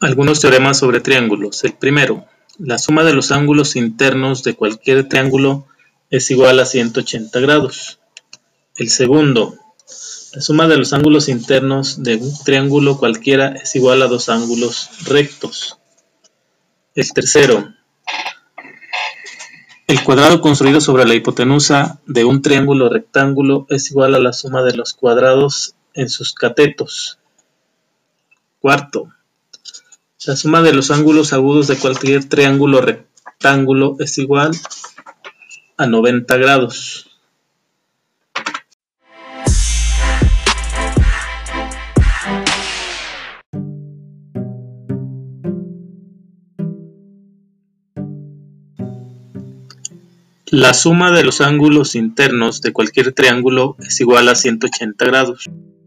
Algunos teoremas sobre triángulos. El primero, la suma de los ángulos internos de cualquier triángulo es igual a 180 grados. El segundo, la suma de los ángulos internos de un triángulo cualquiera es igual a dos ángulos rectos. El tercero, el cuadrado construido sobre la hipotenusa de un triángulo rectángulo es igual a la suma de los cuadrados en sus catetos. Cuarto, la suma de los ángulos agudos de cualquier triángulo rectángulo es igual a 90 grados. La suma de los ángulos internos de cualquier triángulo es igual a 180 grados.